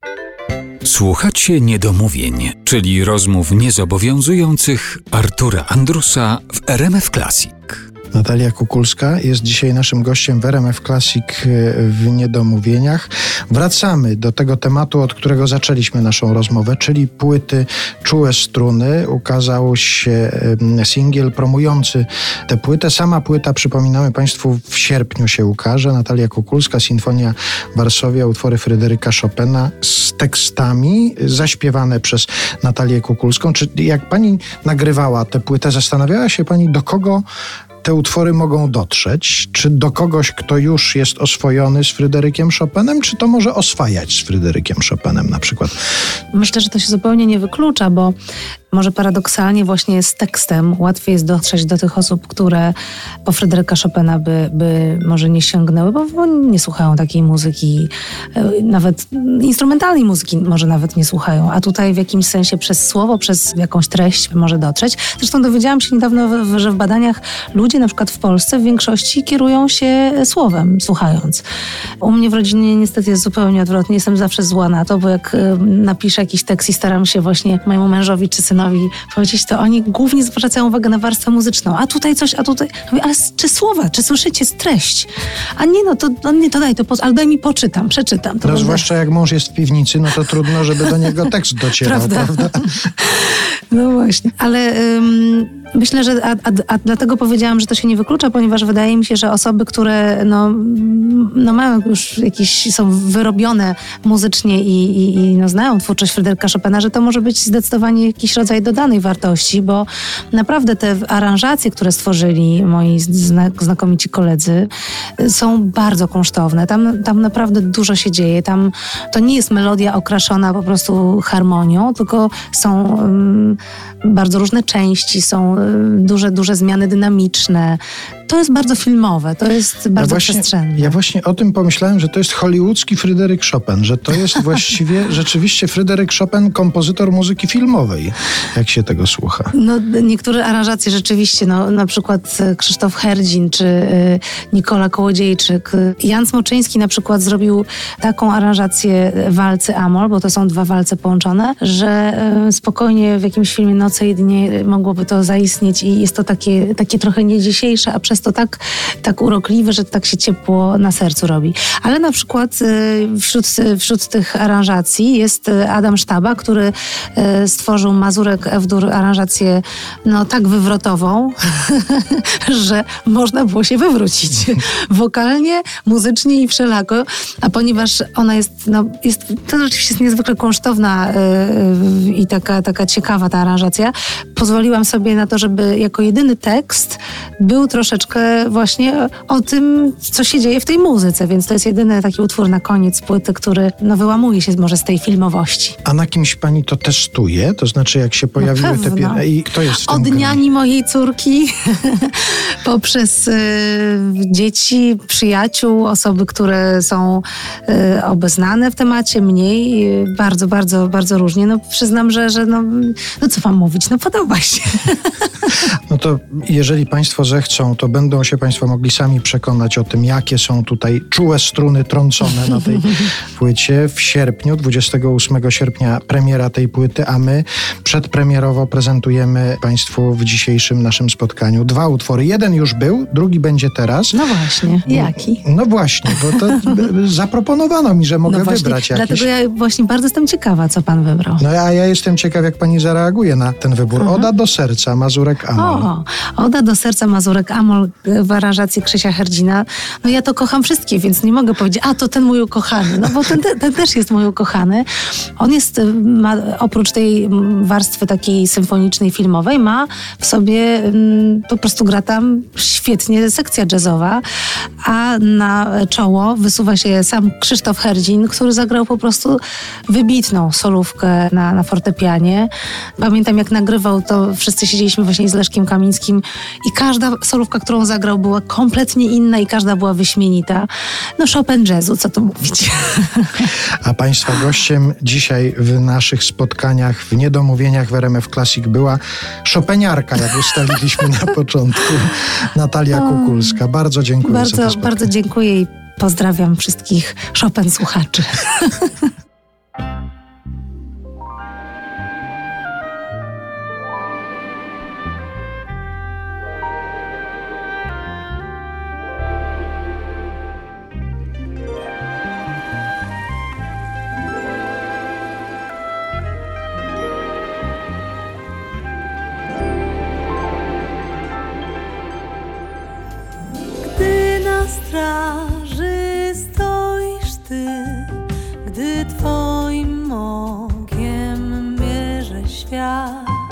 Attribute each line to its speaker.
Speaker 1: Słuchacie niedomówień, czyli rozmów niezobowiązujących Artura Andrusa w RMF Classic.
Speaker 2: Natalia Kukulska jest dzisiaj naszym gościem w RMF Classic w Niedomówieniach. Wracamy do tego tematu, od którego zaczęliśmy naszą rozmowę, czyli płyty Czułe Struny. Ukazał się singiel promujący tę płytę. Sama płyta, przypominamy Państwu, w sierpniu się ukaże. Natalia Kukulska, Sinfonia Warszawia, utwory Fryderyka Chopina z tekstami zaśpiewane przez Natalię Kukulską. Czy jak Pani nagrywała tę płytę, zastanawiała się Pani, do kogo te utwory mogą dotrzeć? Czy do kogoś, kto już jest oswojony z Fryderykiem Chopinem, czy to może oswajać z Fryderykiem Chopinem na przykład?
Speaker 3: Myślę, że to się zupełnie nie wyklucza, bo może paradoksalnie właśnie z tekstem łatwiej jest dotrzeć do tych osób, które po Fryderyka Chopina by może nie sięgnęły, bo nie słuchają takiej muzyki, nawet instrumentalnej muzyki może nawet nie słuchają, a tutaj w jakimś sensie przez słowo, przez jakąś treść może dotrzeć. Zresztą dowiedziałam się niedawno, że w badaniach ludzie na przykład w Polsce w większości kierują się słowem, słuchając. U mnie w rodzinie niestety jest zupełnie odwrotnie. Jestem zawsze zła na to, bo jak napiszę jakiś tekst i staram się właśnie mojemu mężowi czy synowi powiedzieć, to oni głównie zwracają uwagę na warstwę muzyczną. A tutaj coś, a tutaj... Mówię, ale czy słowa, czy słyszycie treść? A nie, to daj, ale daj mi przeczytam. To
Speaker 2: zwłaszcza jak mąż jest w piwnicy, no to trudno, żeby do niego tekst docierał, prawda?
Speaker 3: No właśnie, ale myślę, że dlatego powiedziałam, że to się nie wyklucza, ponieważ wydaje mi się, że osoby, które mają już są wyrobione muzycznie i znają twórczość Fryderyka Chopina, że to może być zdecydowanie jakiś rodzaj dodanej wartości, bo naprawdę te aranżacje, które stworzyli moi znakomici koledzy, są bardzo kunsztowne. Tam naprawdę dużo się dzieje. To nie jest melodia okraszona po prostu harmonią, tylko są bardzo różne części, są duże zmiany dynamiczne. To jest bardzo filmowe, to jest bardzo przestrzenne.
Speaker 2: Ja właśnie o tym pomyślałem, że to jest hollywoodzki Fryderyk Chopin, że to jest właściwie rzeczywiście Fryderyk Chopin, kompozytor muzyki filmowej, jak się tego słucha.
Speaker 3: Niektóre aranżacje rzeczywiście, na przykład Krzysztof Herdzin czy Nikola Kołodziejczyk. Jan Smoczyński na przykład zrobił taką aranżację walcy Amol, bo to są dwa walce połączone, że spokojnie w jakimś filmie Noce jedynie mogłoby to zaistnieć i jest to takie trochę niedzisiejsze, a przez to tak urokliwe, że tak się ciepło na sercu robi. Ale na przykład wśród tych aranżacji jest Adam Sztaba, który stworzył Mazurek F-dur aranżację tak wywrotową, że można było się wywrócić wokalnie, muzycznie i wszelako, a ponieważ ona to rzeczywiście jest niezwykle kunsztowna i taka ciekawa ta aranżacja, pozwoliłam sobie na to, żeby jako jedyny tekst był troszeczkę właśnie o tym, co się dzieje w tej muzyce, więc to jest jedyny taki utwór na koniec płyty, który wyłamuje się może z tej filmowości.
Speaker 2: A na kimś pani to testuje? To znaczy, jak się pojawiły te i kto jest w tym
Speaker 3: od niani mojej córki poprzez dzieci, przyjaciół, osoby, które są obeznane w temacie, mniej, bardzo, bardzo, bardzo różnie. Przyznam, że co wam mówić, podoba się.
Speaker 2: To jeżeli państwo zechcą, to będą się państwo mogli sami przekonać o tym, jakie są tutaj czułe struny trącone na tej płycie. W sierpniu, 28 sierpnia premiera tej płyty, a my przedpremierowo prezentujemy państwu w dzisiejszym naszym spotkaniu 2 utwory. Jeden już był, drugi będzie teraz.
Speaker 3: No właśnie, jaki?
Speaker 2: No właśnie, bo to zaproponowano mi, że mogę wybrać jakiś.
Speaker 3: Dlatego ja właśnie bardzo jestem ciekawa, co pan wybrał.
Speaker 2: A ja jestem ciekaw, jak pani zareaguje na ten wybór. Oda do serca, Mazurek Amol.
Speaker 3: Oda do serca, Mazurek Amol w aranżacji Krzysia Herdzina. Ja to kocham wszystkie, więc nie mogę powiedzieć, to ten mój ukochany, bo ten też jest mój ukochany. On ma oprócz tej warstwy takiej symfonicznej, filmowej, ma w sobie, po prostu gra tam świetnie sekcja jazzowa, a na czoło wysuwa się sam Krzysztof Herdzin, który zagrał po prostu wybitną solówkę na fortepianie. Pamiętam, jak nagrywał, to wszyscy siedzieliśmy właśnie z Leszkiem Kamińskim i każda solówka, którą zagrał, była kompletnie inna i każda była wyśmienita. Chopin jazzu, co tu mówić.
Speaker 2: A państwa gościem dzisiaj w naszych spotkaniach, w Niedomówieniach w RMF Classic była Chopiniarka, jak ustaliliśmy na początku, Natalia Kukulska. Bardzo dziękuję za to spotkanie.
Speaker 3: Bardzo dziękuję i pozdrawiam wszystkich Chopin słuchaczy.
Speaker 4: okiem mierzę świat.